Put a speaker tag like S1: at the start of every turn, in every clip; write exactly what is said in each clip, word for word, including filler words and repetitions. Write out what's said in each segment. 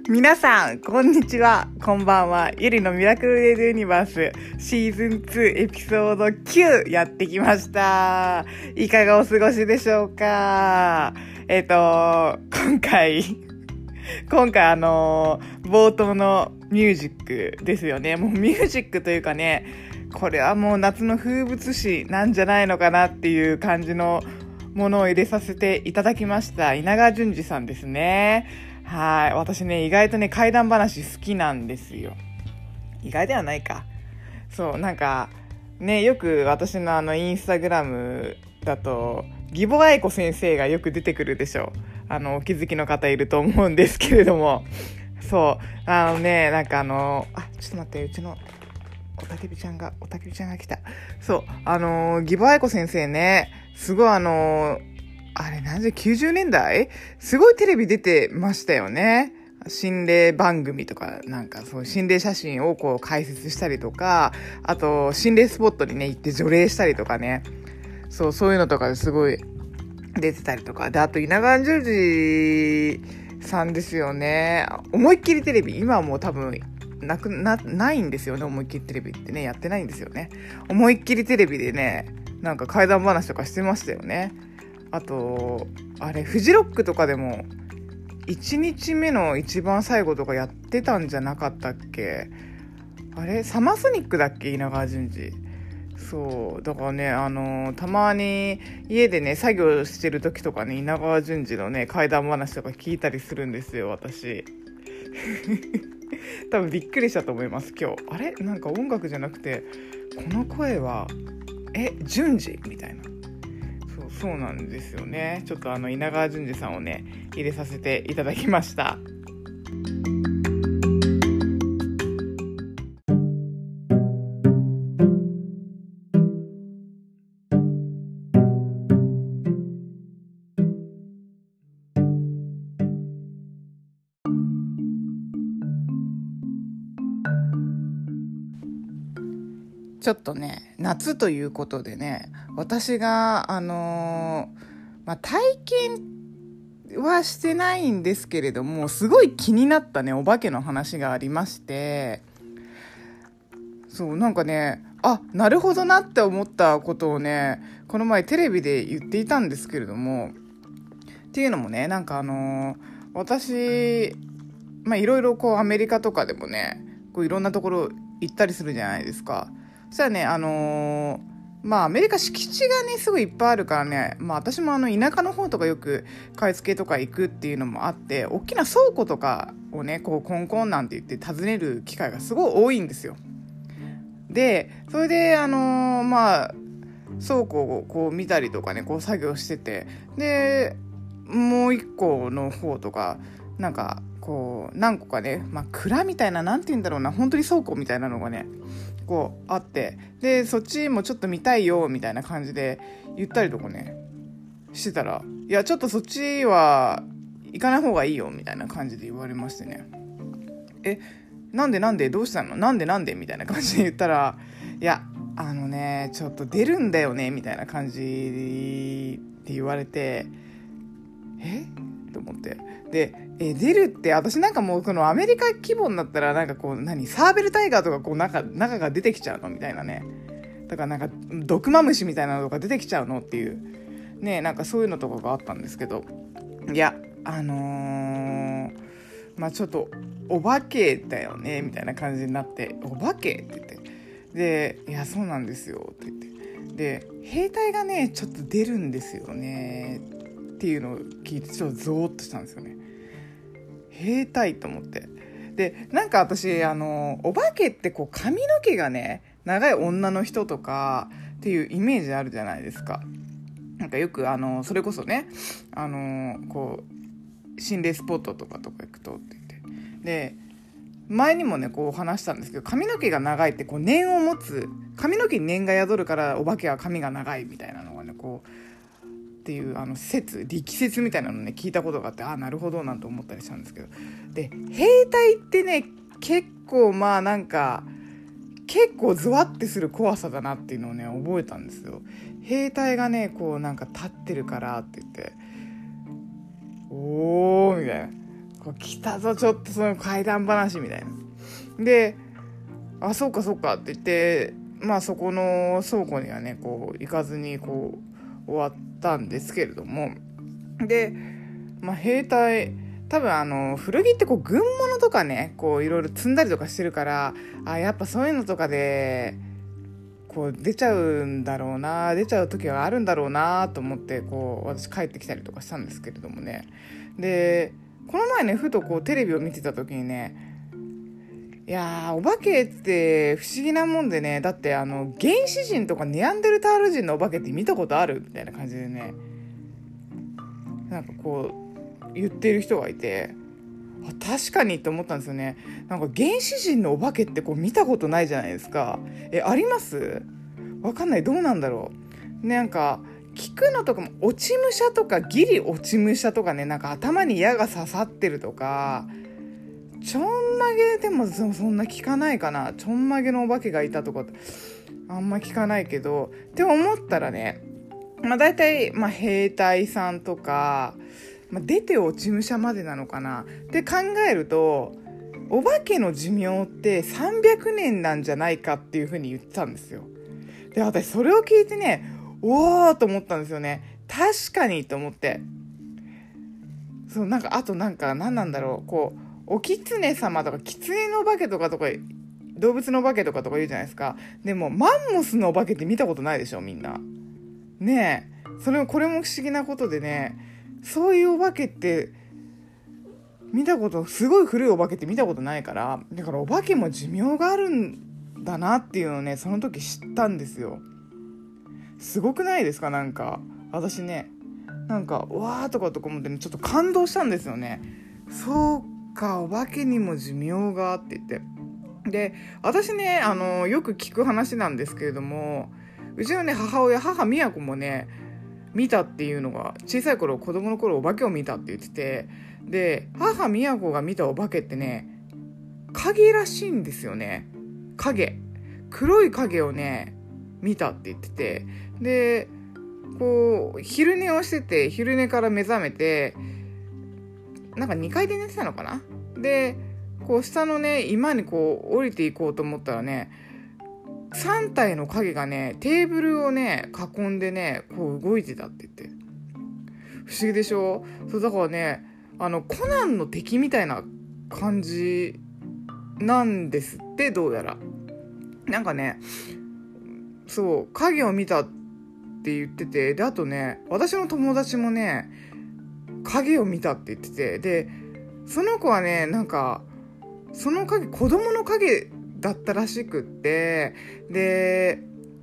S1: 皆さんこんにちは、こんばんは。ゆりのミラクルレイドユニバースシーズンツーエピソードきゅうやってきました。いかがお過ごしでしょうか。えっと今回今回あの冒頭のミュージックですよね。もうミュージックというかね、これはもう夏の風物詩なんじゃないのかなっていう感じのものを入れさせていただきました。稲川淳二さんですね。はい。私ね、意外とね、怪談話好きなんですよ。意外ではないか。そう、なんか、ね、よく私のあの、インスタグラムだと、義母愛子先生がよく出てくるでしょ。あの、お気づきの方いると思うんですけれども。そう、あのね、なんかあの、あ、ちょっと待って、うちの、おたけびちゃんが、おたけびちゃんが来た。そう、あのー、義母愛子先生ね、すごいあのー、あれ何できゅうじゅうねんだいすごいテレビ出てましたよね。心霊番組とか、なんかそう心霊写真をこう解説したりとか、あと心霊スポットにね行って除霊したりとかね、そうそういうのとかですごい出てたりとかで、あと稲川淳二さんですよね。思いっきりテレビ、今はもう多分なくなないんですよね。思いっきりテレビってねやってないんですよね。思いっきりテレビでね、なんか怪談話とかしてましたよね。あとあれフジロックとかでもいちにちめの一番最後とかやってたんじゃなかったっけ。あれサマーソニックだっけ、稲川淳二。そうだからね、あのー、たまに家でね作業してる時とかね、稲川淳二のね怪談話とか聞いたりするんですよ、私。多分びっくりしたと思います今日。あれなんか音楽じゃなくて、この声はえ淳二みたいな。そうそうなんですよね。ちょっとあの稲川淳二さんをね入れさせていただきました。ちょっとね、夏ということでね、私があのーまあ、体験はしてないんですけれども、すごい気になったねお化けの話がありまして、そうなんかね、あ、なるほどなって思ったことをね、この前テレビで言っていたんですけれども、っていうのもね、なんかあのー、私まあいろいろこうアメリカとかでもね、こういろんなところ行ったりするじゃないですか。そしたらね、あのー、まあアメリカ敷地がねすごいいっぱいあるからね、まあ私もあの田舎の方とかよく買い付けとか行くっていうのもあって、大きな倉庫とかをねこうコンコンなんて言って訪ねる機会がすごい多いんですよ。でそれであのー、まあ倉庫をこう見たりとかね、こう作業してて、でもう一個の方とかなんかこう何個かね、まあ蔵みたいな、なんて言うんだろうな、本当に倉庫みたいなのがねこうあって、でそっちもちょっと見たいよみたいな感じで言ったりとかねしてたら、いやちょっとそっちは行かない方がいいよみたいな感じで言われましてね、えなんでなんでどうしたの、なんでなんでみたいな感じで言ったら、いやあのねちょっと出るんだよねみたいな感じで言われて、えと思って、でえ出るって、私なんかもうこのアメリカ規模になったらなんかこう何サーベルタイガーとかこう中中が出てきちゃうのみたいなね、だからなんか毒マムシみたいなのが出てきちゃうのっていうね、なんかそういうのとかがあったんですけど、いやあのー、まあちょっとお化けだよねみたいな感じになって、お化けって言って、でいやそうなんですよって言って、で兵隊がねちょっと出るんですよねっていうのを聞いてちょっとゾーッとしたんですよね。兵隊と思って、でなんか私あのお化けってこう髪の毛がね長い女の人とかっていうイメージあるじゃないですか。なんかよくあのそれこそね、あのこう心霊スポットとかとか行くとって言って、で前にもねこう話したんですけど、髪の毛が長いってこう念を持つ、髪の毛に念が宿るからお化けは髪が長いみたいなのがねこうっていうあの説、力説みたいなのね聞いたことがあって、ああなるほどなんて思ったりしたんですけど、で兵隊ってね結構まあなんか結構ゾワってする怖さだなっていうのをね覚えたんですよ。兵隊がねこうなんか立ってるからって言って、おーみたいなこう来たぞちょっとその怪談話みたいな。で、あ、そうかそうかって言って、まあそこの倉庫にはねこう行かずにこう終わったんですけれども、で、まあ、兵隊多分あの古着ってこう軍物とかねこういろいろ積んだりとかしてるから、あ、やっぱそういうのとかでこう出ちゃうんだろうな、出ちゃう時はあるんだろうなと思ってこう私帰ってきたりとかしたんですけれどもね。でこの前ねふとこうテレビを見てた時にね、いやーお化けって不思議なもんでね、だってあの原始人とかネアンデルタール人のお化けって見たことあるみたいな感じでね、なんかこう言ってる人がいて、あ、確かにって思ったんですよね。なんか原始人のお化けってこう見たことないじゃないですか。え、あります？わかんない、どうなんだろう。なんか聞くのとかも落ち武者とかギリ落ち武者とかね、なんか頭に矢が刺さってるとか、ちょんまげでも そ, そんな聞かないかな。ちょんまげのお化けがいたとかあんま聞かないけど、って思ったらね、まあ大体、まあ、兵隊さんとか、まあ、出て落ち武者までなのかなって考えると、お化けの寿命ってさんびゃくねんなんじゃないかっていう風に言ってたんですよ。で、私それを聞いてね、おーと思ったんですよね。確かにと思って。そう、なんかあとなんか何なんだろう、こうお狐様とか狐のお化けとかとか動物のお化けとかとか言うじゃないですか。でもマンモスのお化けって見たことないでしょみんなねえ。それもこれも不思議なことでね、そういうお化けって見たこと、すごい古いお化けって見たことないから、だからお化けも寿命があるんだなっていうのをねその時知ったんですよ。すごくないですか？なんか私ね、なんかわーとかとか思ってね、ちょっと感動したんですよね。そうか、お化けにも寿命がって言って。で、私ね、あのよく聞く話なんですけれども、うちのね母親、母美也子もね見たっていうのが、小さい頃子供の頃お化けを見たって言ってて、で母美也子が見たお化けってね影らしいんですよね。影、黒い影をね見たって言ってて、でこう昼寝をしてて、昼寝から目覚めて、なんかにかいで寝てたのかな。でこう下のね居間にこう降りていこうと思ったらね、さん体の影がねテーブルをね囲んでねこう動いてたって言って、不思議でしょ。そうだからね、あのコナンの敵みたいな感じなんですって、どうやら。なんかね、そう影を見たって言ってて、であとね私の友達もね影を見たって言ってて、でその子はねなんかその影子供の影だったらしくって、で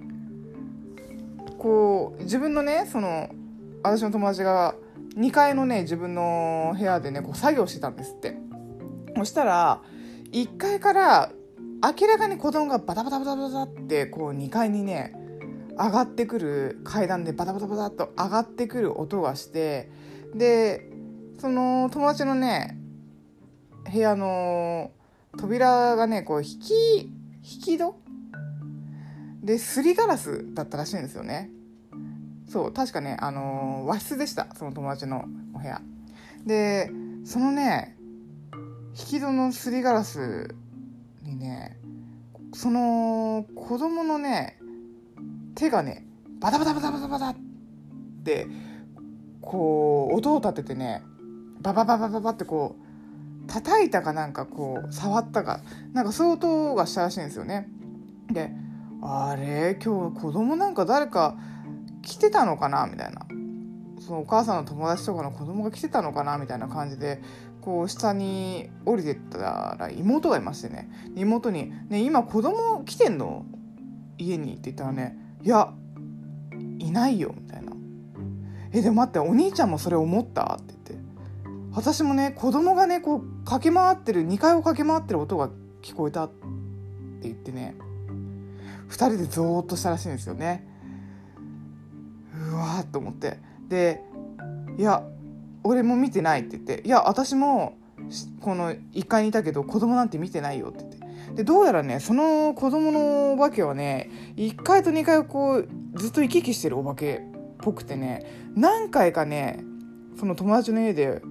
S1: こう自分のねその私の友達がにかいのね自分の部屋でねこう作業してたんですって。そしたらいっかいから明らかに子供がバタバタバタバタってこうにかいにね上がってくる、階段でバタバタバタっと上がってくる音がして、でその友達のね部屋の扉がねこう引き引き戸ですりガラスだったらしいんですよね。そう確かね、あのー、和室でした、その友達のお部屋で。そのね引き戸のすりガラスにね、その子供のね手がねバタバタバタバタバタってこう音を立ててね、ババババババってこう叩いたかなんかこう触ったかなんかそういう音がしたらしいんですよね。で、あれ今日子供なんか誰か来てたのかなみたいな、そのお母さんの友達とかの子供が来てたのかなみたいな感じでこう下に降りてったら妹がいましてね、妹にね今子供来てんの家にって言ったらね、いやいないよみたいな。えでも待って、お兄ちゃんもそれ思ったって言って、私もね子供がねこう駆け回ってるにかいを駆け回ってる音が聞こえたって言ってね、ふたりでゾーッとしたらしいんですよね。うわーと思って、でいや俺も見てないって言って、いや私もこのいっかいにいたけど子供なんて見てないよって言って、でどうやらねその子供のお化けはねいっかいとにかいをこうずっと行き来してるお化けっぽくてね、何回かねその友達の家で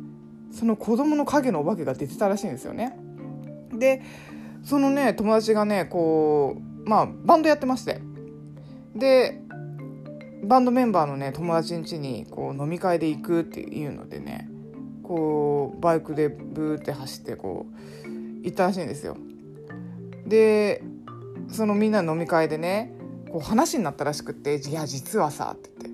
S1: その子供の影のお化けが出てたらしいんですよね。でそのね友達がねこうまあバンドやってまして、でバンドメンバーのね友達ん家にこう飲み会で行くっていうのでね、こうバイクでブーって走ってこう行ったらしいんですよ。でそのみんなの飲み会でねこう話になったらしくって、いや実はさって言って、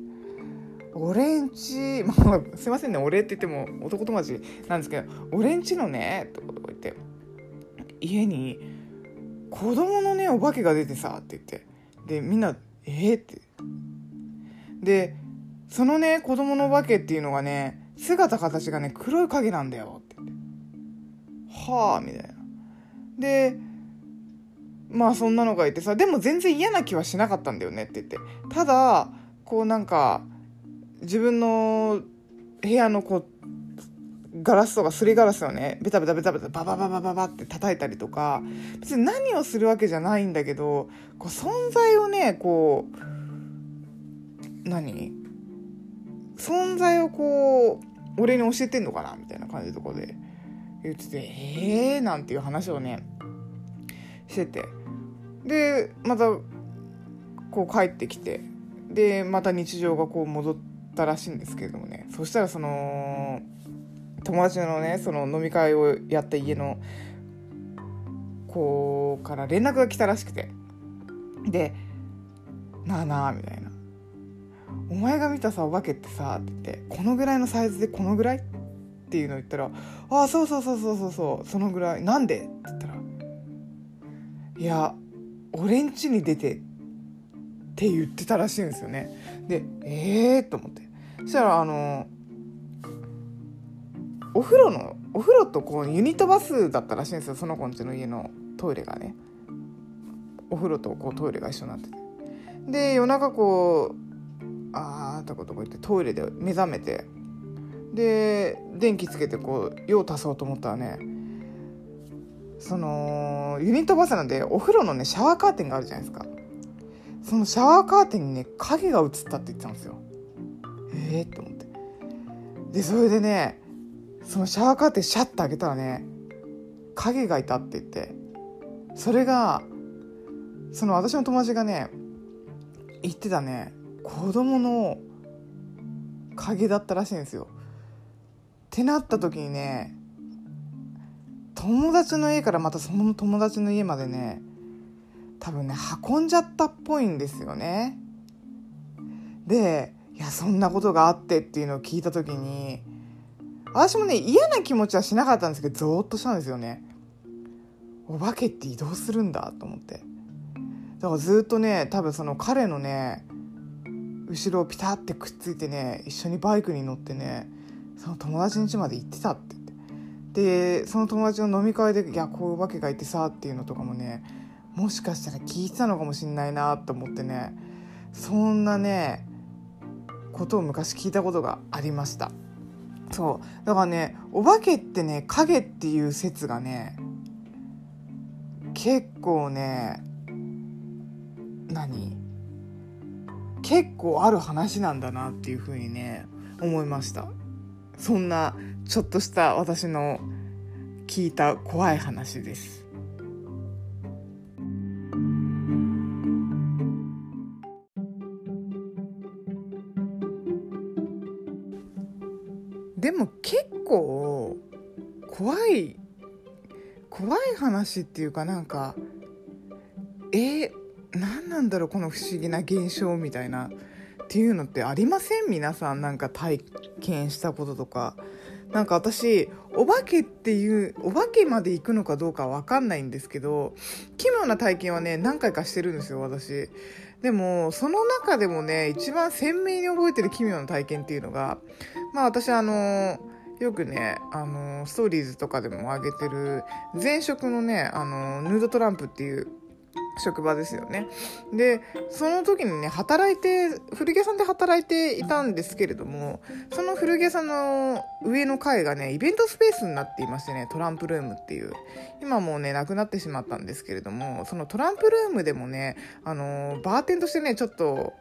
S1: 俺んち、まあ、すいませんね俺って言っても男友達なんですけど、俺んちのねってことを言って、家に子供のねお化けが出てさって言って、でみんなえー、ってでそのね子供のお化けっていうのがね姿形がね黒い影なんだよって言って、はあみたいな。でまあそんなのがいてさ、でも全然嫌な気はしなかったんだよねって言って、ただこうなんか自分の部屋のこうガラスとかすりガラスをねベタベタベタベタババババババって叩いたりとか、別に何をするわけじゃないんだけど、こう存在をねこう何存在をこう俺に教えてんのかなみたいな感じのとこで言ってて、えーなんていう話をねしてて、でまたこう帰ってきて、でまた日常がこう戻ったらしいんですけれどもね、そしたらその友達のねその飲み会をやった家の子から連絡が来たらしくて、でなあなあみたいな、お前が見たさお化けってさって言って、このぐらいのサイズでこのぐらいっていうのを言ったら、ああそうそうそうそうそうそうそのぐらいなんでって言ったら、いや俺ん家に出てって言ってたらしいんですよね。でえーと思って、そしたらあのお風呂のお風呂とこうユニットバスだったらしいんですよ、その子ん家の家のトイレがね。お風呂とこうトイレが一緒になってて、で夜中こうあーとかとか言ってトイレで目覚めて、で電気つけてこう用足そうと思ったらね、そのユニットバスなんでお風呂のねシャワーカーテンがあるじゃないですか。そのシャワーカーテンにね影が映ったって言ってたんですよ。えーと思って、でそれでねそのシャワーカーテンシャッと開けたらね影がいたって言って、それがその私の友達がね言ってたね子供の影だったらしいんですよ。ってなった時にね、友達の家からまたその友達の家までね多分ね運んじゃったっぽいんですよね。でいやそんなことがあってっていうのを聞いた時に、私もね嫌な気持ちはしなかったんですけどゾーッとしたんですよね。お化けって移動するんだと思って、だからずっとね多分その彼のね後ろをピタってくっついてね一緒にバイクに乗ってねその友達の家まで行ってたって言って、でその友達の飲み会でいやこういうお化けがいてさっていうのとかもねもしかしたら聞いてたのかもしんないなと思ってね、そんなねことを昔聞いたことがありました。そうだからねお化けってね影っていう説がね結構ね何結構ある話なんだなっていう風にね思いました。そんなちょっとした私の聞いた怖い話です。でも結構怖い怖い話っていうかなんかえー、何なんだろうこの不思議な現象みたいなっていうのってありません？皆さんなんか体験したこととか。なんか私お化けっていうお化けまで行くのかどうかわかんないんですけど、奇妙な体験はね何回かしてるんですよ私。でもその中でもね一番鮮明に覚えてる奇妙な体験っていうのが、まあ私あのよくねあのストーリーズとかでも上げてる前職のねあのヌードトランプっていう職場ですよね。でその時にね働いて古着屋さんで働いていたんですけれども、その古着屋さんの上の階がねイベントスペースになっていましてね、トランプルームっていう今もうねなくなってしまったんですけれども、そのトランプルームでもねあのバーテンとしてねちょっと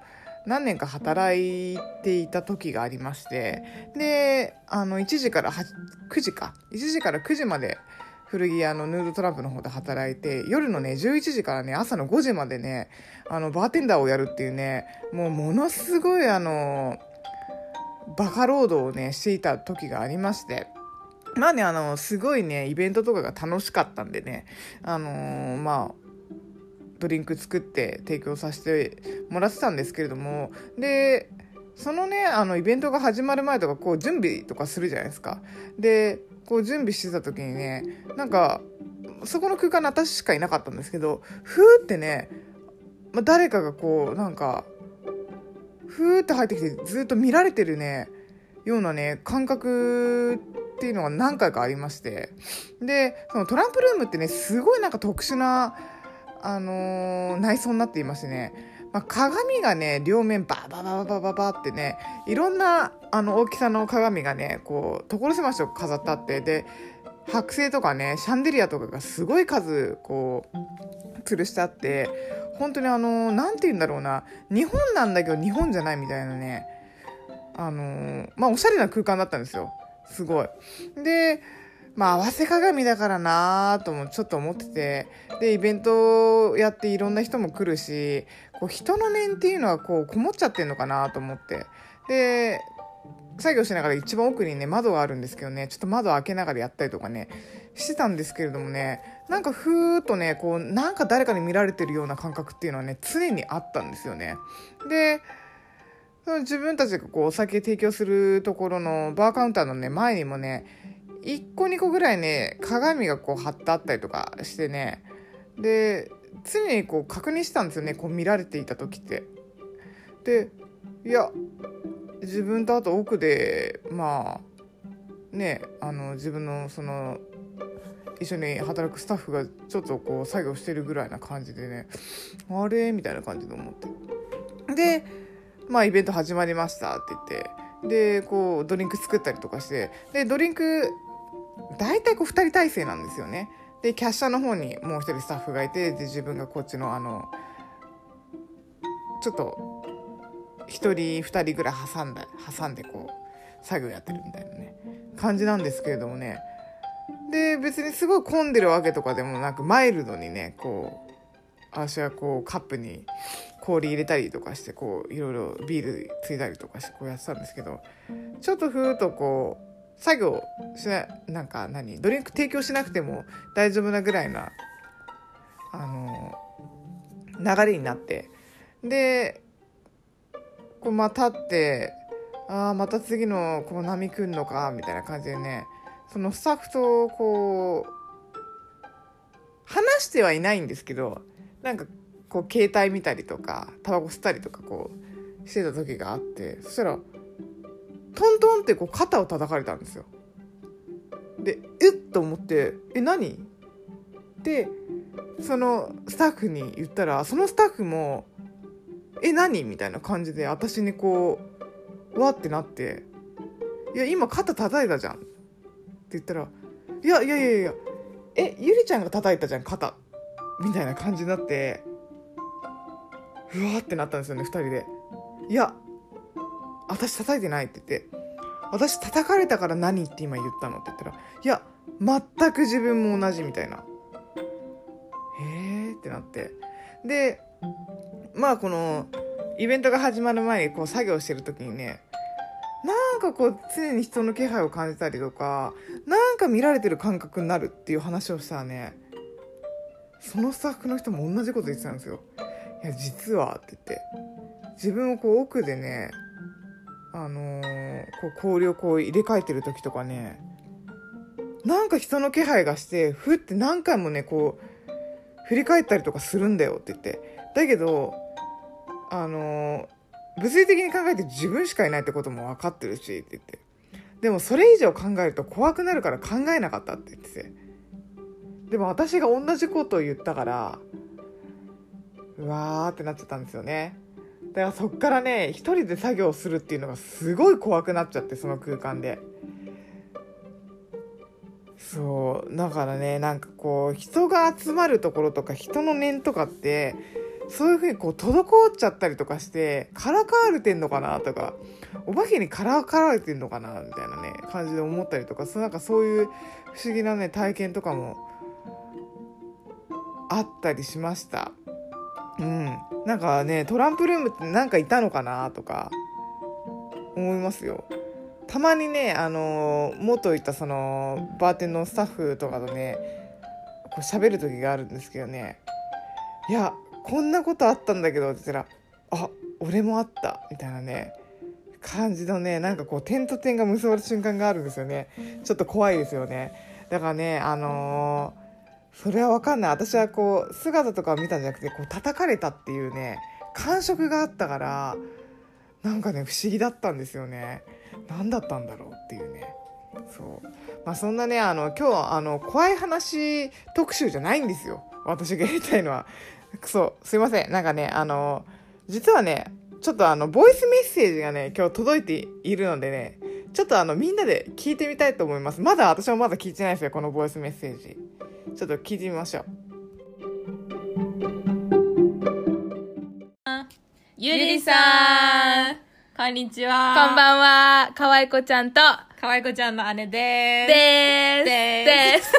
S1: 何年か働いていた時がありまして、であのいちじからくじかいちじからくじまで古着屋のヌードトランプの方で働いて、夜のねじゅういちじからね朝のごじまでねあのバーテンダーをやるっていうね、もうものすごいあのバカ労働をねしていた時がありまして、まあねあのすごいねイベントとかが楽しかったんでね、あのー、まあドリンク作って提供させてもらってたんですけれども、でそのねあのイベントが始まる前とかこう準備とかするじゃないですか。でこう準備してた時にね、なんかそこの空間に私しかいなかったんですけど、ふーってね、まあ、誰かがこうなんかふーって入ってきてずっと見られてるねようなね感覚っていうのが何回かありまして、でそのトランプルームってねすごいなんか特殊なあのー、内装になっていましてね、まあ、鏡がね両面バババババババってね、いろんなあの大きさの鏡がねこう所狭しと飾ってあって、で剥製とかねシャンデリアとかがすごい数こう吊るしてあって、本当にあのー、なんて言うんだろうな、日本なんだけど日本じゃないみたいなね、あのー、まあおしゃれな空間だったんですよ、すごい。でまあ合わせ鏡だからなともちょっと思ってて、でイベントやっていろんな人も来るし、こう人の念っていうのはこうこもっちゃってんのかなと思って、で作業しながら一番奥にね窓があるんですけどね、ちょっと窓を開けながらやったりとかねしてたんですけれどもね、なんかふーっとねこうなんか誰かに見られてるような感覚っていうのはね常にあったんですよね。でその自分たちがこうお酒提供するところのバーカウンターのね前にもねいっこにこぐらいね鏡がこう貼ってあったりとかしてね、で常にこう確認してたんですよね、こう見られていた時って。でいや自分とあと奥でまあねあの自分のその一緒に働くスタッフがちょっとこう作業してるぐらいな感じでね、あれみたいな感じで思って、でまあイベント始まりましたって言って、でこうドリンク作ったりとかして、でドリンク大体こうふたり体制なんですよね。でキャッシャーの方にもう一人スタッフがいて、で自分がこっちのあのちょっと一人二人ぐらい挟んだ挟んでこう作業やってるみたいなね感じなんですけれどもね、で別にすごい混んでるわけとかでもなく、マイルドにねこう私はこうカップに氷入れたりとかしてこういろいろビールついだりとかしてこうやってたんですけど、ちょっとふーっとこう作業しななんか何ドリンク提供しなくても大丈夫なぐらいなあの流れになって、でこうまたってあまた次のこう波来んのかみたいな感じでね、そのスタッフとこう話してはいないんですけど、なんかこう携帯見たりとかタバコ吸ったりとかこうしてた時があって、そしたらトントンってこう肩を叩かれたんですよ。でえっと思ってえ何でそのスタッフに言ったら、そのスタッフもえ何みたいな感じで私にこうわってなって、いや今肩叩いたじゃんって言ったら、いやいやいやいやえゆりちゃんが叩いたじゃん肩みたいな感じになって、うわってなったんですよねふたりで。いや私叩いてないって言って、私叩かれたから何って今言ったのって言ったら、いや全く自分も同じみたいな、へーってなって、でまあこのイベントが始まる前にこう作業してる時にね、なんかこう常に人の気配を感じたりとか、なんか見られてる感覚になるっていう話をしたらね、そのスタッフの人も同じこと言ってたんですよ。いや実はって言って、自分をこう奥でねあのー、こう氷をこう入れ替えてる時とかね、なんか人の気配がしてふって何回もねこう振り返ったりとかするんだよって言って、だけどあのー、物理的に考えて自分しかいないってことも分かってるしって言って、でもそれ以上考えると怖くなるから考えなかったって言ってて、でも私が同じことを言ったからうわーってなっちゃったんですよね。だからそっからね一人で作業するっていうのがすごい怖くなっちゃって、その空間で。そうだからね、なんかこう人が集まるところとか人の念とかってそういう風にこう滞っちゃったりとかしてからかわれてんのかなとか、お化けにからかわれてんのかなみたいなね感じで思ったりとか、そうなんかそういう不思議なね体験とかもあったりしました。うん、なんかねトランプルームってなんかいたのかなとか思いますよ。たまにね、あのー、元いたそのバーテンのスタッフとかとねこう喋る時があるんですけどね、いやこんなことあったんだけどって言ったら、あ俺もあったみたいなね感じのね、なんかこう点と点が結ばれる瞬間があるんですよね。ちょっと怖いですよね。だからね、あのー、それは分かんない。私はこう姿とかを見たんじゃなくて、こう叩かれたっていうね感触があったから、なんかね不思議だったんですよね。何だったんだろうっていうね。そう、まあ、そんなね、あの今日はあの怖い話特集じゃないんですよ。私がやりたいのはそうすいません、なんかね、あの実はねちょっとあのボイスメッセージがね今日届いているのでね、ちょっとあのみんなで聞いてみたいと思います。まだ私はまだ聞いてないですよ、このボイスメッセージ。ちょっと聞いてみましょう。
S2: ゆりさん、こんにちは。
S3: こんばんは。かわいこちゃんと
S2: かわいこちゃんの姉でーす。
S3: でーす。
S2: でーす。
S3: です。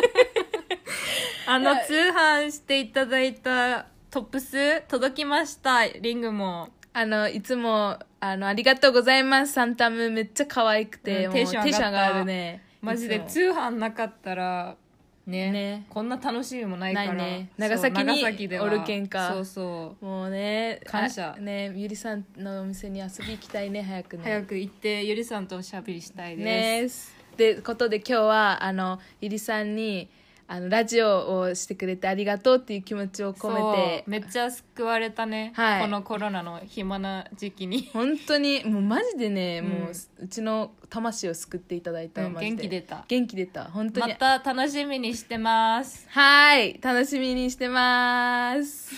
S2: あの通販していただいたトップス届きました。リングも
S3: あのいつもあのありがとうございます。サンタムめっちゃ可愛くて、
S2: うん
S3: もう
S2: テンション上がった
S3: テンション上がるね。
S2: マジで
S3: いつも
S2: 通販なかったらね、
S3: ね
S2: こんな楽しみもないから
S3: ないね。
S2: そう
S3: 長崎に
S2: 長崎では
S3: おるけんか。
S2: そうそう
S3: もうね、
S2: 感謝
S3: あね、ゆりさんのお店に遊び行きたいね、早くね。
S2: 早く行ってゆりさんとおしゃべりしたいです。
S3: ね。でことで今日はあのゆりさんにあのラジオをしてくれてありがとうっていう気持ちを込めて、
S2: そうめっちゃ救われたね、
S3: はい、
S2: このコロナの暇な時期に
S3: 本当にもうマジでね、
S2: うん、
S3: もううちの魂を救っていただいた、
S2: うん、
S3: マジで
S2: 元気出た
S3: 元気出た本当に。
S2: また楽しみにしてます。
S3: はい楽しみにしてます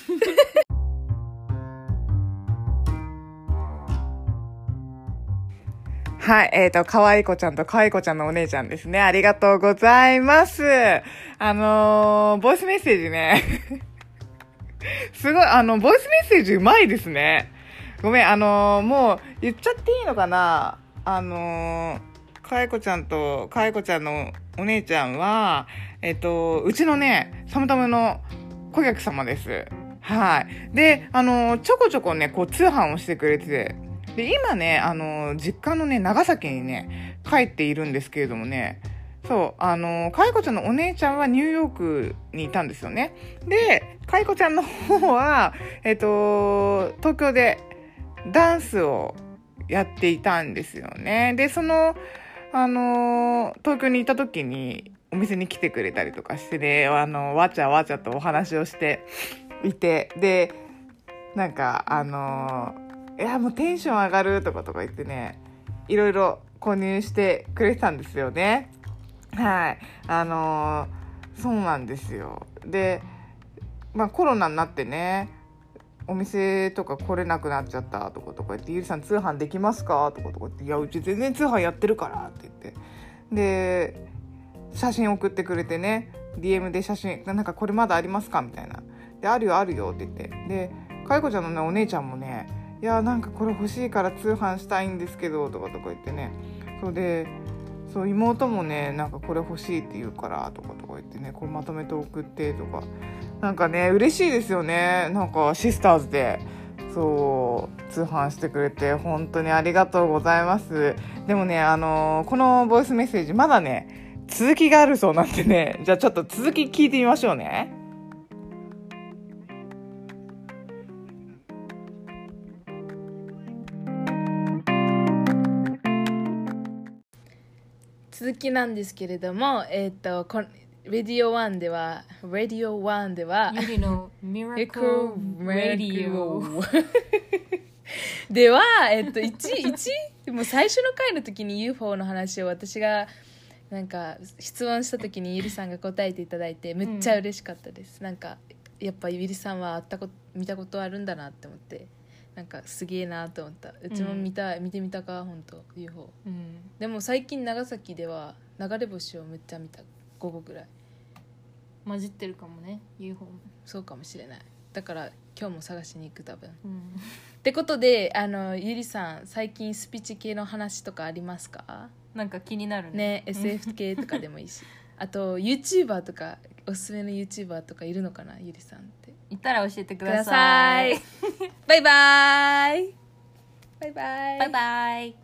S1: はい、えーと、かわいこちゃんとかわいこちゃんのお姉ちゃんですね。ありがとうございます。あのー、ボイスメッセージね。すごい、あの、ボイスメッセージうまいですね。ごめん、あのー、もう言っちゃっていいのかな。あのー、かわいこちゃんとかわいこちゃんのお姉ちゃんは、えっと、うちのね、サムタムの顧客様です。はい。で、あのー、ちょこちょこね、こう通販をしてくれてて、で今ね、あの実家のね長崎にね帰っているんですけれどもね、そうあのかいこちゃんのお姉ちゃんはニューヨークにいたんですよね。でかいこちゃんの方はえっと東京でダンスをやっていたんですよね。でそのあの東京にいた時にお店に来てくれたりとかしてね、あのわちゃわちゃとお話をしていて、でなんかあのいやもうテンション上がるとかとか言ってね、いろいろ購入してくれてたんですよね。はい、あのー、そうなんですよ。で、まあコロナになってね、お店とか来れなくなっちゃったとかとか言って、ゆりさん通販できますかとかとか言って、いやうち全然通販やってるからって言って、で写真送ってくれてね、 ディーエム で写真なんかこれまだありますかみたいな、であるよあるよって言って、でかいこちゃんのねお姉ちゃんもね、いやなんかこれ欲しいから通販したいんですけどとかとか言ってね、そうでそう妹もねなんかこれ欲しいって言うからとかとか言ってね、これまとめて送ってとか、なんかね嬉しいですよね。なんかシスターズでそう通販してくれて本当にありがとうございます。でもねあのー、このボイスメッセージまだね続きがあるそうなんでね、じゃあちょっと続き聞いてみましょうね。
S3: 続きなんですけれども、えっ、ー、とこレディオワンではレディオワンでは
S2: ゆりのミラクルラディオ
S3: ではえっ、ー、といちいちもう最初の回の時に ユーフォー の話を私がなんか質問した時にゆりさんが答えていただいてめっちゃ嬉しかったです、うん、なんかやっぱゆりさんは会ったこと見たことあるんだなって思って、なんかすげえなと思った。うちも見た、うん、見てみたか本当 ユーフォー、うん、でも最近長崎では流れ星をめっちゃ見た、午後ぐらい
S2: 混じってるかもね ユーフォー も。
S3: そうかもしれない。だから今日も探しに行く多分。
S2: うん
S3: ってことであのゆりさん最近スピーチ系の話とかありますか
S2: なんか気になるね
S3: ね。 エスエフ 系とかでもいいしあと YouTuber とかおすすめの YouTuber とかいるのかなゆりさんって。
S2: いたら教えてく
S3: くだ
S2: ださい
S3: さいバイバイバイバイ
S2: バイバイ。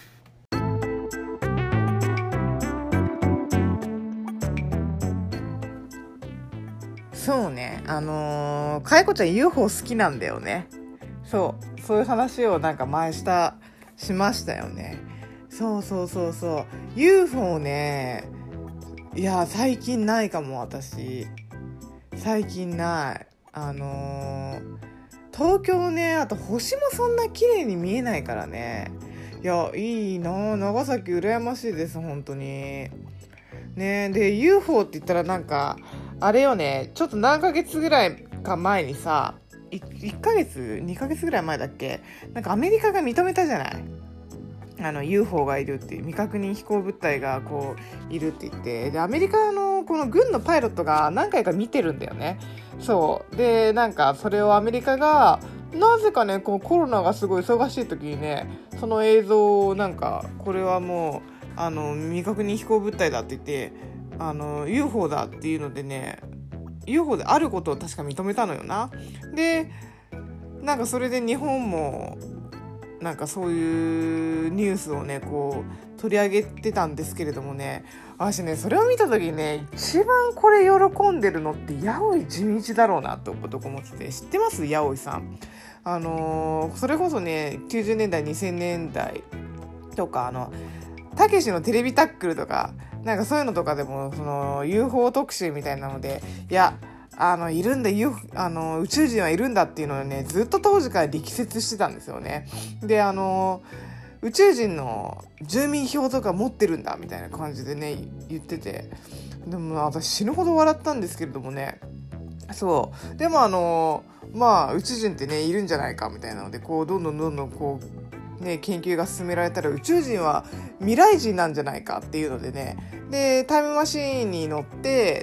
S1: そうね、あのー、かいこちゃん ユーフォー 好きなんだよね。そうそういう話をなんか前したしましたよね。そうそうそうそう ユーフォー ね、いや最近ないかも。私最近ない。あのー、東京ね、あと星もそんな綺麗に見えないからね。いやいいな、長崎羨ましいです本当にね。で ユーフォー って言ったらなんかあれよね、ちょっと何ヶ月ぐらいか前にさ、いっかげつにかげつぐらい前だっけ、なんかアメリカが認めたじゃない、あの ユーフォー がいるっていう、未確認飛行物体がこういるって言って、でアメリカのこの軍のパイロットが何回か見てるんだよね。そうで、なんかそれをアメリカがなぜかね、こうコロナがすごい忙しい時にね、その映像をなんかこれはもうあの未確認飛行物体だって言って、あの ユーフォー だっていうのでね、 ユーフォー であることを確か認めたのよな。でなんかそれで日本もなんかそういうニュースをねこう取り上げてたんですけれどもね、私ねそれを見た時にね、一番これ喜んでるのって八尾純一だろうなと思ってて、知ってます？八尾さん、あのー、それこそねきゅうじゅうねんだいにせんねんだいとか、あのたけしのテレビタックルとかなんかそういうのとかでもその ユーフォー 特集みたいなので、いやあのいるんだ、あの宇宙人はいるんだっていうのをねずっと当時から力説してたんですよね。であの宇宙人の住民票とか持ってるんだみたいな感じでね言ってて、でも私死ぬほど笑ったんですけれどもね。そうでもあのまあ宇宙人ってねいるんじゃないかみたいなので、こうどんどんどんどんこうね研究が進められたら、宇宙人は未来人なんじゃないかっていうのでね、でタイムマシーンに乗って、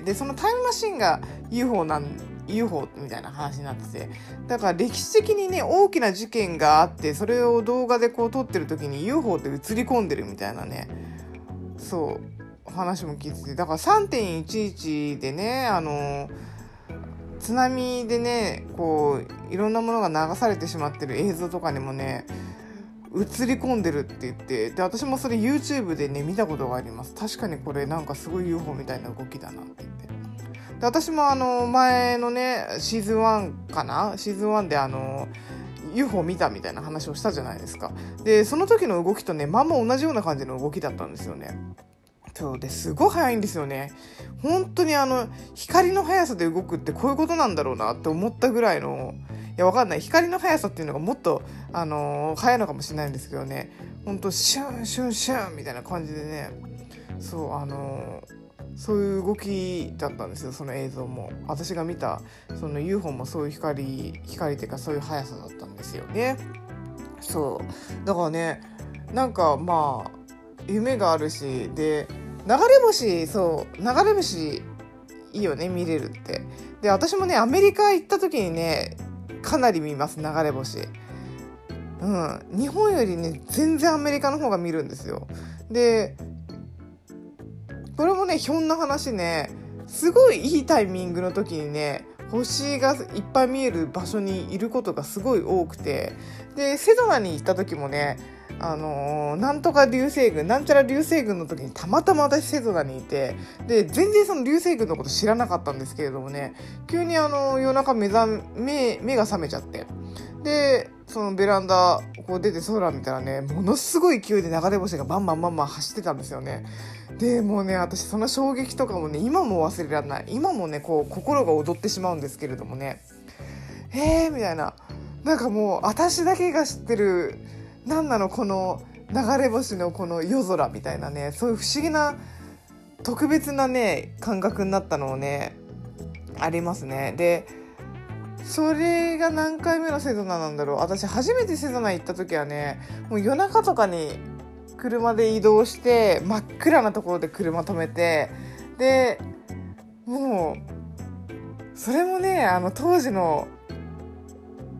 S1: でそのタイムマシーンが ユーフォー なん ユーフォー みたいな話になってて、だから歴史的にね大きな事件があって、それを動画でこう撮ってる時に ユーフォー って映り込んでるみたいなね、そう話も聞いてて、だから さんてんいちいち でね、あの津波でねこういろんなものが流されてしまってる映像とかにもね映り込んでるって言って、で私もそれ YouTube でね見たことがあります。確かにこれなんかすごい ユーフォー みたいな動きだなって言って、で私もあの前のねシーズンワンかな、シーズンワンであの ユーフォー 見たみたいな話をしたじゃないですか。でその時の動きとねまんま同じような感じの動きだったんですよね。そうですごい速いんですよね。本当にあの光の速さで動くってこういうことなんだろうなって思ったぐらいの、いやわかんない、光の速さっていうのがもっと、あのー、速いのかもしれないんですけどね、本当シュンシュンシュンみたいな感じでね、そうあのー、そういう動きだったんですよ。その映像も私が見たその ユーフォー もそういう光光っていうかそういう速さだったんですよね。そうだからね、なんかまあ夢があるし、で流れ星、そう流れ星いいよね見れるって。で私もねアメリカ行った時にねかなり見ます、流れ星。うん、日本よりね全然アメリカの方が見るんですよ。でこれもねひょんな話ね、すごいいいタイミングの時にね星がいっぱい見える場所にいることがすごい多くて、でセドナに行った時もね、あのー、なんとか流星群なんちゃら流星群の時にたまたま私セドナにいて、で全然その流星群のこと知らなかったんですけれどもね、急にあの夜中目覚め目が覚めちゃって、でそのベランダこう出て空見たらね、ものすごい勢いで流れ星がバンバンバンバン走ってたんですよね。でもうね私その衝撃とかもね今も忘れられない。今もねこう心が躍ってしまうんですけれどもね、へーみたいな、なんかもう私だけが知ってるなんなのこの流れ星のこの夜空みたいなね、そういう不思議な特別なね感覚になったのをねありますね。でそれが何回目のセドナなんだろう。私初めてセドナ行った時はね、もう夜中とかに車で移動して真っ暗なところで車止めて、でもうそれもねあの当時の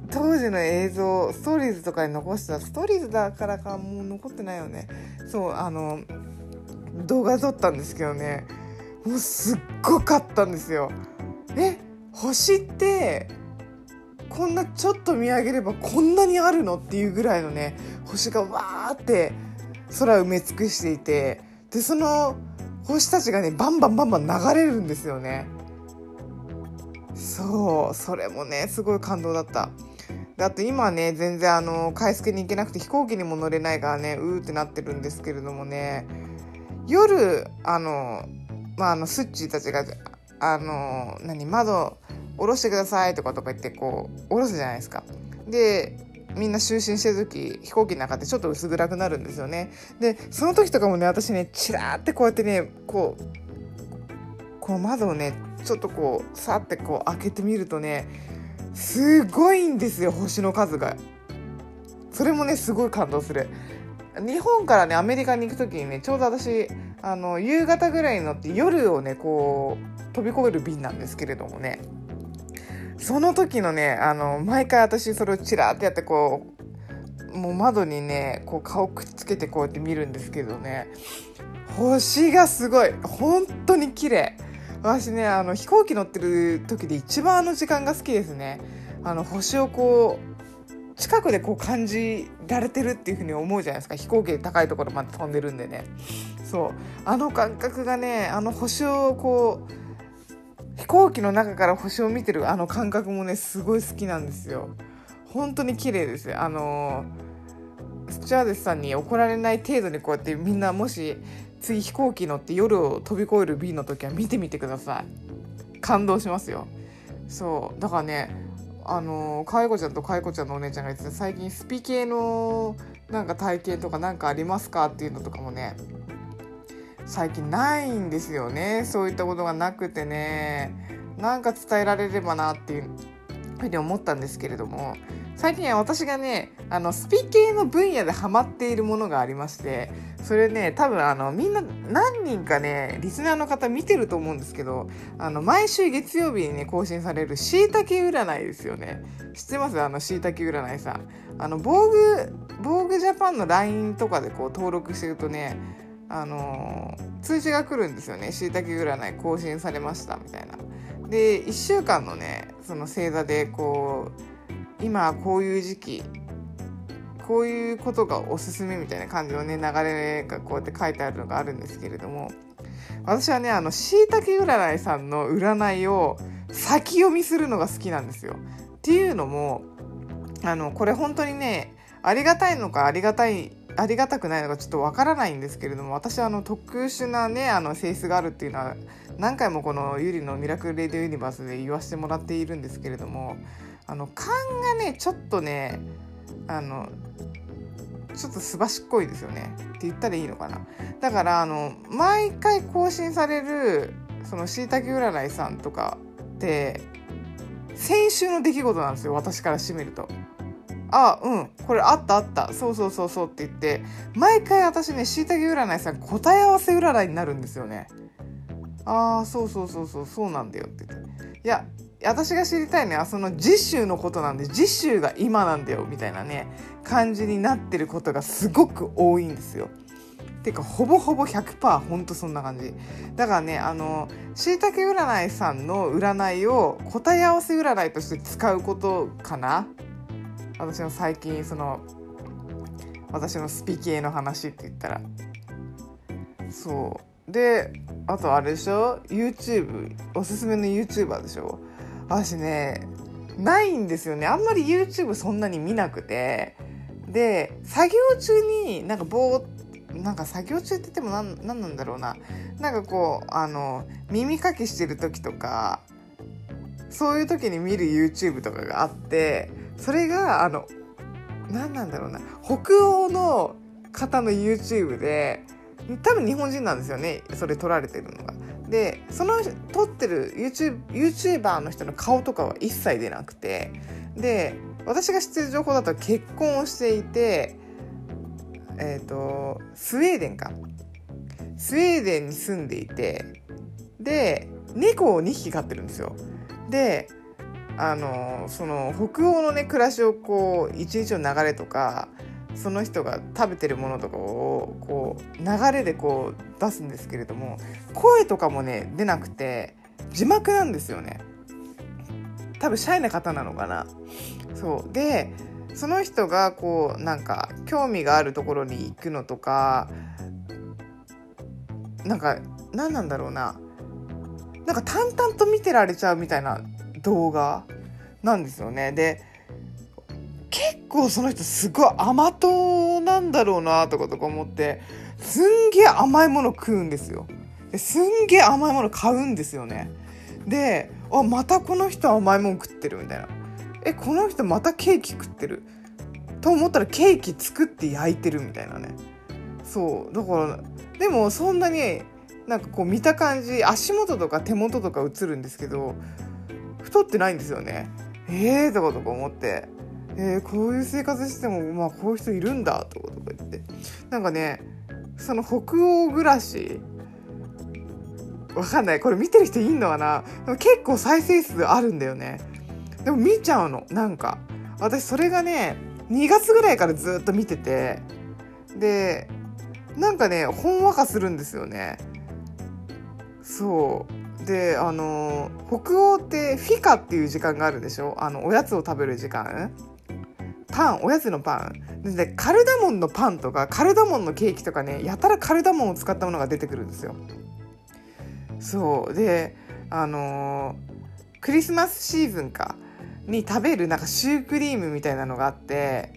S1: 当時の映像ストーリーズとかに残したストーリーズだからかもう残ってないよね。そうあの動画撮ったんですけどね、もうすっごかったんですよ。え星ってこんなちょっと見上げればこんなにあるのっていうぐらいのね星がわーって空を埋め尽くしていて、でその星たちがねバンバンバンバン流れるんですよね。そうそれもねすごい感動だった。であと今ね全然あの買い付けに行けなくて飛行機にも乗れないからねうーってなってるんですけれどもね、夜あのまああのスッチーたちがあの何窓下ろしてくださいとかとか言ってこう下ろすじゃないですか。でみんな就寝してる時飛行機の中でちょっと薄暗くなるんですよね。でその時とかもね私ねチラーってこうやってねこうこう窓をねちょっとこうさってこう開けてみるとねすごいんですよ星の数が。それもねすごい感動する。日本からねアメリカに行く時にねちょうど私あの夕方ぐらいに乗って夜をねこう飛び越える便なんですけれどもね、その時のねあの毎回私それをチラーってやってこうもう窓にねこう顔くっつけてこうやって見るんですけどね、星がすごい本当に綺麗。私ねあの飛行機乗ってる時で一番あの時間が好きですね。あの星をこう近くでこう感じられてるっていう風に思うじゃないですか。飛行機で高いところまで飛んでるんでね。そうあの感覚がねあの星をこう飛行機の中から星を見てるあの感覚もねすごい好きなんですよ。本当に綺麗ですよ。あのスチュワーデスさんに怒られない程度にこうやってみんなもし次飛行機乗って夜を飛び越える便の時は見てみてください。感動しますよ。そうだからねあのかいこちゃんとかいこちゃんのお姉ちゃんが言ってた最近スピ系のなんか体験とかなんかありますかっていうのとかもね最近ないんですよね。そういったことがなくてねなんか伝えられればなっていうふうに思ったんですけれども、最近は私がねあのスピ系の分野でハマっているものがありまして、それね多分あのみんな何人かねリスナーの方見てると思うんですけど、あの毎週月曜日にね更新されるしいたけ占いですよね。知ってます？あのしいたけ占いさん、あの防具防具ジャパンの ライン とかでこう登録してるとねあのー、通知が来るんですよね。しいたけ占い更新されましたみたいな。でいっしゅうかんのねその星座でこう今こういう時期こういうことがおすすめみたいな感じのね流れがこうやって書いてあるのがあるんですけれども、私はねあのしいたけ占いさんの占いを先読みするのが好きなんですよ。っていうのもあのこれ本当にねありがたいのかありがたいありがたくないのかちょっとわからないんですけれども、私はあの特殊なねあの性質があるっていうのは何回もこのゆりのミラクルレディオユニバースで言わせてもらっているんですけれども、あの勘がねちょっとねあのちょっとすばしっこいですよねって言ったらいいのかな。だからあの毎回更新されるそのしいたけ占いさんとかって先週の出来事なんですよ。私からしてみるとあうんこれあったあったそうそうそうそうって言って毎回私ねしいたけ占いさん答え合わせ占いになるんですよね。ああそうそうそうそうそうなんだよって言って、いや私が知りたいのはその次週のことなんで次週が今なんだよみたいなね感じになってることがすごく多いんですよ。てかほぼほぼ ひゃくパーセント ほんとそんな感じだからね、あのしいたけ占いさんの占いを答え合わせ占いとして使うことかな。私の最近その私のスピ系の話って言ったらそうで、あとあれでしょ YouTube おすすめの YouTuber でしょ。私ねないんですよね。あんまり YouTube そんなに見なくて、で作業中になんかぼーなんか作業中って言ってもなん、なんなんだろうな、なんかこうあの耳かきしてる時とかそういう時に見る YouTube とかがあって、それがあのなんなんだろうな北欧の方の YouTube で多分日本人なんですよね、それ撮られてるのが。でその撮ってる YouTube YouTuber の人の顔とかは一切出なくて、で私が知ってる情報だと結婚をしていて、えっとスウェーデンかスウェーデンに住んでいて、で猫をにひき飼ってるんですよ。であのその北欧のね暮らしをこう一日の流れとかその人が食べてるものとかをこう流れでこう出すんですけれども、声とかもね出なくて字幕なんですよね。多分シャイな方なのかな。そうでその人がこうなんか興味があるところに行くのとか、なんか何なんだろうな、なんか淡々と見てられちゃうみたいな動画なんですよね。で結構その人すごい甘党なんだろうなとかとか思って、すんげえ甘いもの食うんですよ。ですんげえ甘いもの買うんですよね。で、あ、またこの人甘いもの食ってるみたいな、えこの人またケーキ食ってると思ったらケーキ作って焼いてるみたいなね。そうだからでもそんなになんかこう見た感じ足元とか手元とか映るんですけど太ってないんですよね。えーとかとか思って、えー、こういう生活してもまあこういう人いるんだとかとか言って、なんかねその北欧暮らしわかんない、これ見てる人いんのかな。でも結構再生数あるんだよね。でも見ちゃうの。なんか私それがねにがつぐらいからずっと見てて、でなんかねほんわかするんですよね。そうであの北欧ってフィカっていう時間があるでしょ。あのおやつを食べる時間、パン、おやつのパンで、ね、カルダモンのパンとかカルダモンのケーキとかね、やたらカルダモンを使ったものが出てくるんですよ。そうであのー、クリスマスシーズンかに食べるなんかシュークリームみたいなのがあって、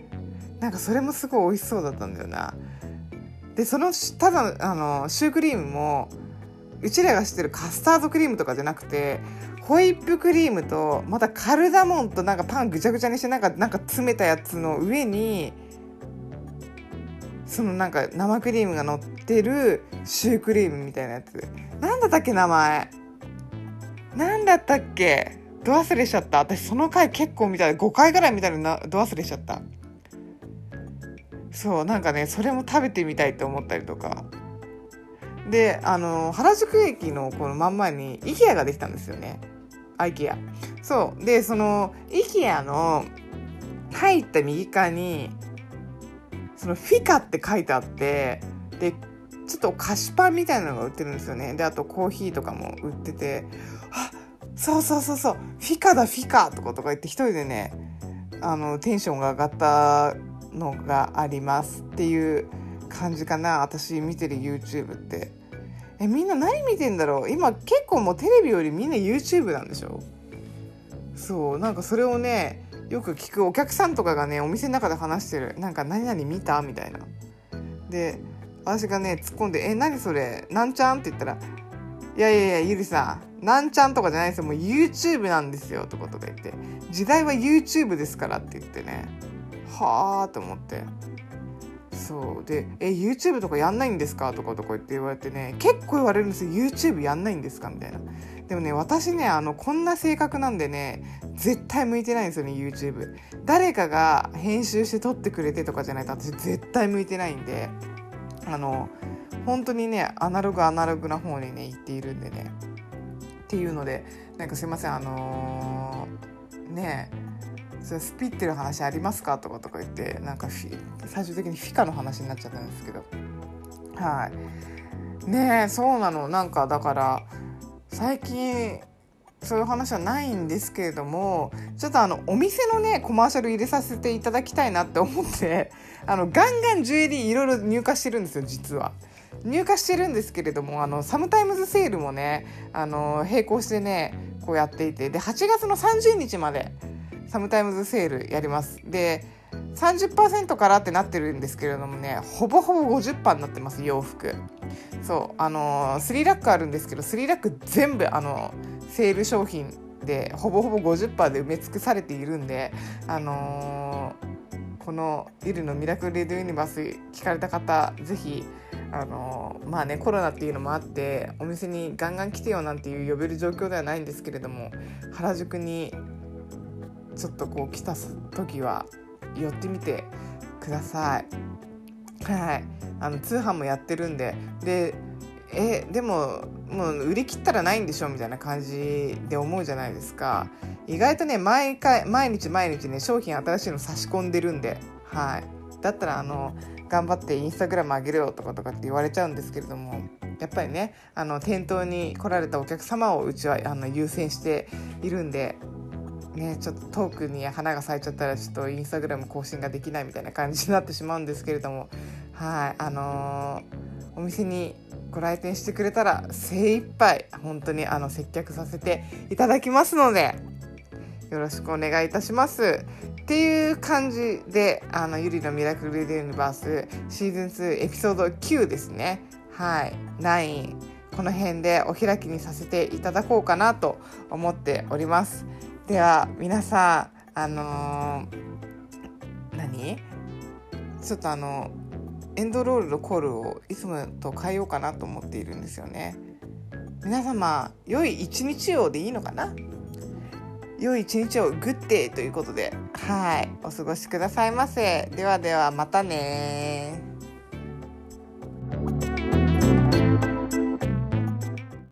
S1: なんかそれもすごい美味しそうだったんだよな。でそのただあのシュークリームもうちらが知ってるカスタードクリームとかじゃなくて、ホイップクリームとまたカルダモンとなんかパンぐちゃぐちゃにしてなんかなんか詰めたやつの上にそのなんか生クリームが乗ってるシュークリームみたいなやつ、なんだったっけ名前、なんだったっけど忘れしちゃった。私その回結構見た、ごかいぐらい見たのな、ど忘れしちゃった。そうなんかねそれも食べてみたいと思ったりとかで、あの原宿駅のこの真ん前に IKEA ができたんですよね。IKEA そうでその IKEA の入った右側にそのフィカって書いてあって、でちょっと菓子パンみたいなのが売ってるんですよね。であとコーヒーとかも売ってて、あそうそうそうそうフィカだフィカとかとか言って一人でねあのテンションが上がったのがありますっていう感じかな。私見てる YouTube ってえみんな何見てんだろう。今結構もうテレビよりみんな YouTube なんでしょ。そうなんかそれをねよく聞くお客さんとかがねお店の中で話してる、なんか何々見たみたいなで、私がね突っ込んでえ何それなんちゃんって言ったら、いやいやいやゆりさんなんちゃんとかじゃないですよ、もう YouTube なんですよとかとか言って、時代は YouTube ですからって言ってね、はーと思って、そうでえ YouTube とかやんないんですかとかとか言って言われてね、結構言われるんですよ YouTube やんないんですかみたいな。でもね私ねあのこんな性格なんでね絶対向いてないんですよね YouTube。 誰かが編集して撮ってくれてとかじゃないと私絶対向いてないんで、あの本当にねアナログアナログな方にね行っているんでねっていうので、なんかすいませんあのー、ねえそれスピってる話ありますかとかとか言ってなんか最終的にフィカの話になっちゃったんですけど、はいねえそうなの。なんかだから最近そういう話はないんですけれども、ちょっとあのお店のねコマーシャル入れさせていただきたいなって思ってあのガンガンジュエリーいろいろ入荷してるんですよ。実は入荷してるんですけれども、あのサムタイムズセールもねあの並行してねこうやっていて、ではちがつのさんじゅうにちまでサムタイムズセールやります。で さんじゅっパーセント からってなってるんですけれどもね、ほぼほぼ ごじゅっパーセント になってます。洋服そうあのスリーラックあるんですけどスリーラック全部あのセール商品でほぼほぼ ごじゅっパーセント で埋め尽くされているんで、あのー、このゆるのミラクルレディオユニバース聞かれた方ぜひあのー、まあねコロナっていうのもあってお店にガンガン来てよなんていう呼べる状況ではないんですけれども、原宿にちょっとこう来た時は寄ってみてください。はい、あの通販もやってるんで、でえでももう売り切ったらないんでしょみたいな感じで思うじゃないですか。意外とね毎回毎日毎日ね商品新しいの差し込んでるんで、はい、だったらあの頑張ってインスタグラム上げるよとかとかって言われちゃうんですけれども、やっぱりねあの店頭に来られたお客様をうちはあの優先しているんでね、ちょっと遠くに花が咲いちゃったらちょっとインスタグラム更新ができないみたいな感じになってしまうんですけれども、はいあのー、お店にご来店してくれたら精一杯本当にあの接客させていただきますのでよろしくお願いいたしますっていう感じで、あのゆりのミラクルレディユニバースシーズンツーエピソードきゅうですね、はいきゅうこの辺でお開きにさせていただこうかなと思っております。では皆さんあのー、何ちょっとあのエンドロールのコールをいつもと変えようかなと思っているんですよね。皆様良い一日をでいいのかな、良い一日をグッデーということで、はいお過ごしくださいませ。ではではまたね。